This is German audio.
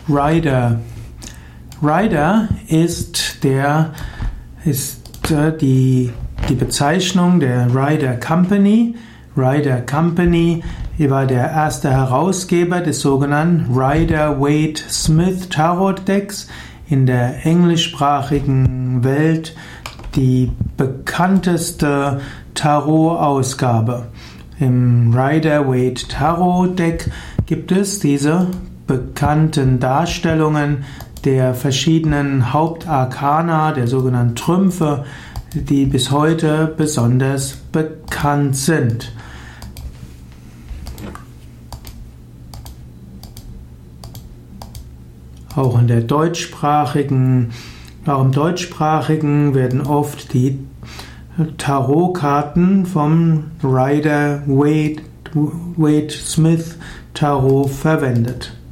Rider? Rider ist die Bezeichnung der Rider Company. Rider Company war der erste Herausgeber des sogenannten Rider-Waite-Smith Tarot Decks, in der englischsprachigen Welt die bekannteste Tarot-Ausgabe. Im Rider-Waite Tarot Deck gibt es diese bekannten Darstellungen der verschiedenen Hauptarkana, der sogenannten Trümpfe, die bis heute besonders bekannt sind. Auch im Deutschsprachigen werden oft die Tarotkarten vom Rider-Waite-Smith Tarot verwendet.